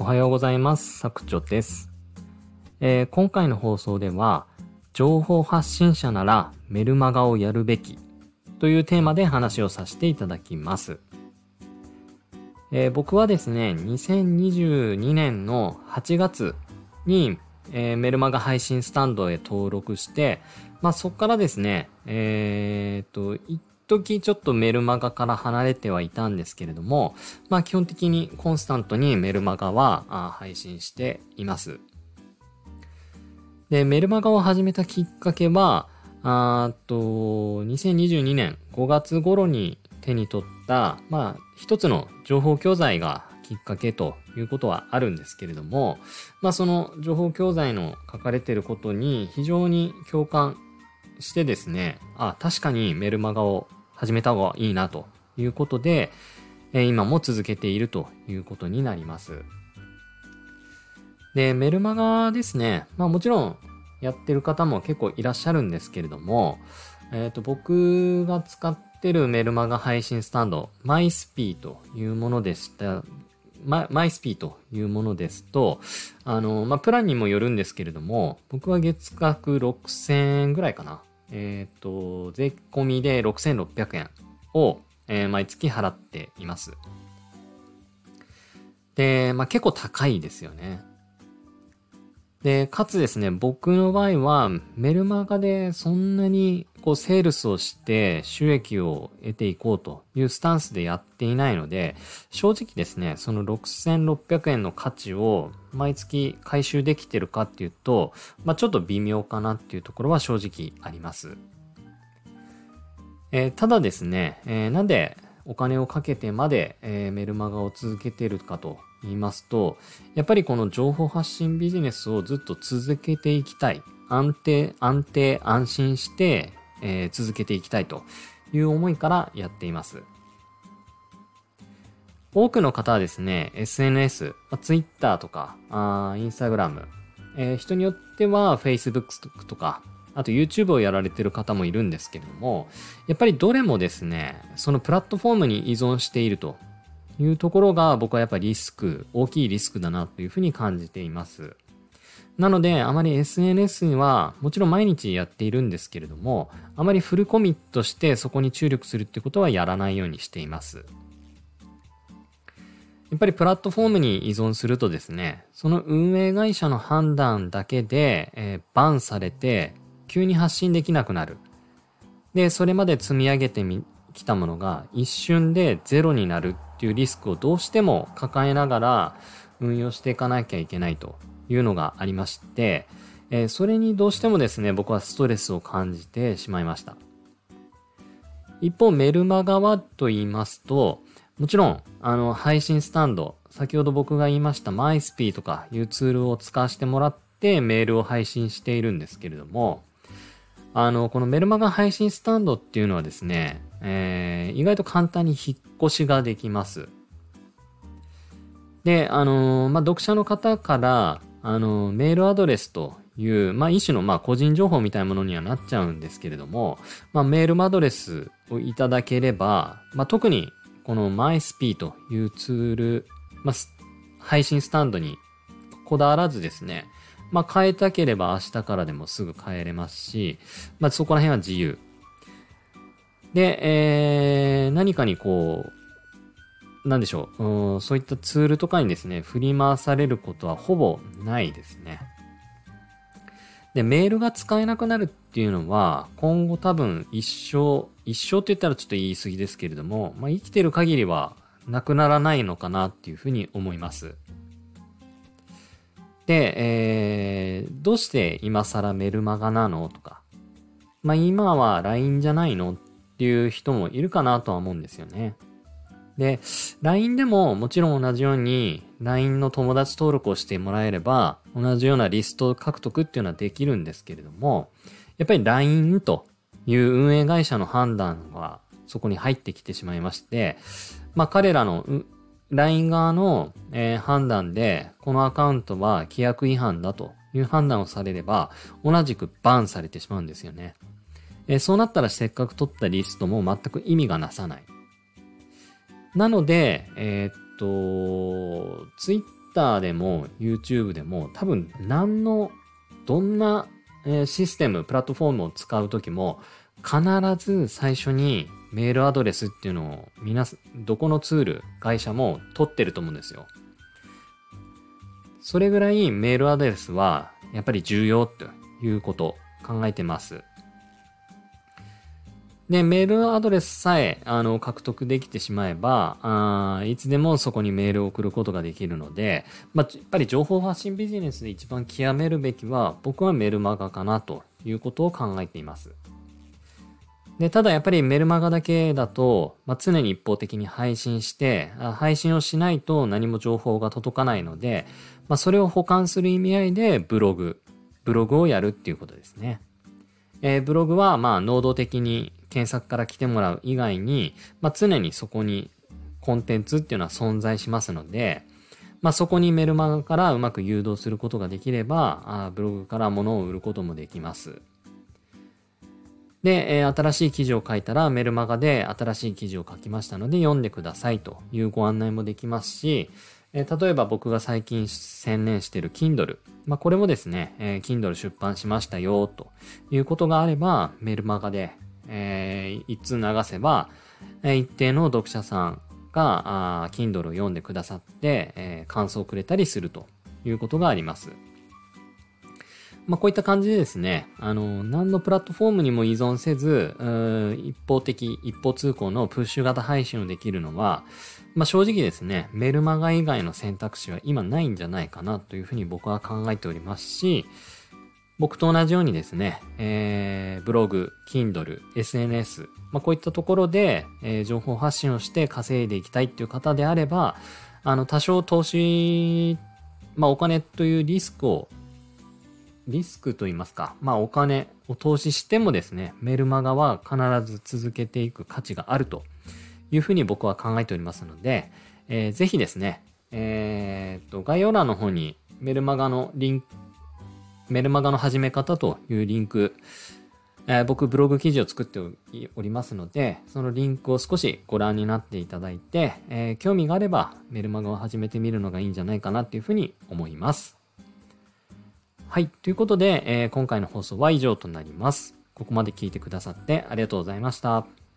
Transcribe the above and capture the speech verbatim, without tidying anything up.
はようございます。さくちょです、えー、今回の放送では情報発信者ならメルマガをやるべきというテーマで話をさせていただきます。えー、僕はですねにせんにじゅうにねんのはちがつに、えー、メルマガ配信スタンドへ登録して、まあ、そこからですねえー、っと一時ちょっとメルマガから離れてはいたんですけれども、まあ基本的にコンスタントにメルマガは配信しています。で、メルマガを始めたきっかけは、あとにせんにじゅうにねんごがつ頃に手に取った、まあ一つの情報教材がきっかけということはあるんですけれども、まあその情報教材の書かれていることに非常に共感してですね、あ、確かにメルマガを始めた方がいいなということで、えー、今も続けているということになります。で、メルマガですね、まあもちろんやってる方も結構いらっしゃるんですけれども、えっと、僕が使ってるメルマガ配信スタンド、マイスピーというものでした、マ, マイスピーというものですと、あの、まあ、プランにもよるんですけれども、僕は月額ろくせんえんぐらいかな。えっと、税込みでろくせんろっぴゃくえんを、えー、毎月払っています。で、まあ、結構高いですよね。で、かつですね、僕の場合はメルマガでそんなにこうセールスをして収益を得ていこうというスタンスでやっていないので、正直ですね、そのろくせんろっぴゃくえんの価値を毎月回収できてるかっていうと、まあちょっと微妙かなっていうところは正直あります。えー、ただですね、えー、なんでお金をかけてまで、えー、メルマガを続けているかと言いますと、やっぱりこの情報発信ビジネスをずっと続けていきたい。安定、安定、安心して、えー、続けていきたいという思いからやっています。多くの方はですね、エスエヌエス、Twitter とか、あ Instagram、えー、人によっては Facebook とか、あと YouTube をやられている方もいるんですけれども、やっぱりどれもですね、そのプラットフォームに依存しているというところが僕はやっぱりリスク、大きいリスクだなというふうに感じています。なので、あまり エスエヌエス にはもちろん毎日やっているんですけれども、あまりフルコミットしてそこに注力するってことはやらないようにしています。やっぱりプラットフォームに依存するとですね、その運営会社の判断だけで、えー、バンされて急に発信できなくなる。で、それまで積み上げてきたものが一瞬でゼロになるっていうリスクをどうしても抱えながら運用していかなきゃいけないというのがありまして、えー、それにどうしてもですね、僕はストレスを感じてしまいました。一方、メルマガはと言いますと、もちろん、あの、配信スタンド、先ほど僕が言いましたマイスピーとかいうツールを使わせてもらってメールを配信しているんですけれども、あの、このメルマガ配信スタンドっていうのはですね、えー、意外と簡単に引っ越しができます。で、あのー、まあ、読者の方から、あのー、メールアドレスという、まあ、一種の、まあ、個人情報みたいなものにはなっちゃうんですけれども、まあ、メールアドレスをいただければ、まあ、特にこの マイスピー というツール、まあ、配信スタンドにこだわらずですね、まあ、変えたければ明日からでもすぐ変えれますし、まあ、そこら辺は自由。で、えー、何かにこう、なんでしょう、うん、そういったツールとかにですね、振り回されることはほぼないですね。で、メールが使えなくなるっていうのは、今後多分一生、一生って言ったらちょっと言い過ぎですけれども、まあ、生きてる限りはなくならないのかなっていうふうに思います。で、えー、どうして今更メルマガなのとか、まあ今は ライン じゃないのっていう人もいるかなとは思うんですよね。で、ライン でももちろん同じように ライン の友達登録をしてもらえれば同じようなリスト獲得っていうのはできるんですけれども、やっぱり ライン という運営会社の判断はそこに入ってきてしまいまして、まあ彼らのライン 側の、えー、判断でこのアカウントは規約違反だという判断をされれば同じくバンされてしまうんですよね。えー、そうなったらせっかく取ったリストも全く意味がなさない。なので、えー、っと、Twitter Twitter でも YouTube でも多分何のどんなシステムプラットフォームを使うときも必ず最初にメールアドレスっていうのを皆どこのツール会社も取ってると思うんですよ。それぐらいメールアドレスはやっぱり重要ということを考えてます。で、メールアドレスさえあの獲得できてしまえばあ、いつでもそこにメールを送ることができるので、まあ、やっぱり情報発信ビジネスで一番極めるべきは僕はメルマガかなということを考えています。で、ただやっぱりメルマガだけだと、まあ、常に一方的に配信して、配信をしないと何も情報が届かないので、まあ、それを補完する意味合いでブログ、ブログをやるっていうことですね。えー、ブログはまあ能動的に検索から来てもらう以外に、まあ、常にそこにコンテンツっていうのは存在しますので、まあ、そこにメルマガからうまく誘導することができれば、あブログから物を売ることもできます。で、えー、新しい記事を書いたらメルマガで新しい記事を書きましたので読んでくださいというご案内もできますし、えー、例えば僕が最近専念している Kindle、まあ、これもですね、えー、Kindle 出版しましたよということがあればメルマガで、えー、一通流せば、えー、一定の読者さんがあ Kindle を読んでくださって、えー、感想をくれたりするということがあります。まあ、こういった感じでですね、あの、何のプラットフォームにも依存せず、一方的、一方通行のプッシュ型配信をできるのは、まあ、正直ですね、メルマガ以外の選択肢は今ないんじゃないかなというふうに僕は考えておりますし、僕と同じようにですね、えー、ブログ、Kindle、エスエヌエス、まあ、こういったところで、えー、情報発信をして稼いでいきたいっていう方であれば、あの、多少投資、まあ、お金というリスクをリスクと言いますか、まあお金を投資してもですね、メルマガは必ず続けていく価値があるというふうに僕は考えておりますので、えー、ぜひですね、えー、っと、概要欄の方にメルマガのリンク、メルマガの始め方というリンク、えー、僕ブログ記事を作っておりますので、そのリンクを少しご覧になっていただいて、えー、興味があればメルマガを始めてみるのがいいんじゃないかなっていうふうに思います。はい。ということで、えー、今回の放送は以上となります。ここまで聞いてくださってありがとうございました。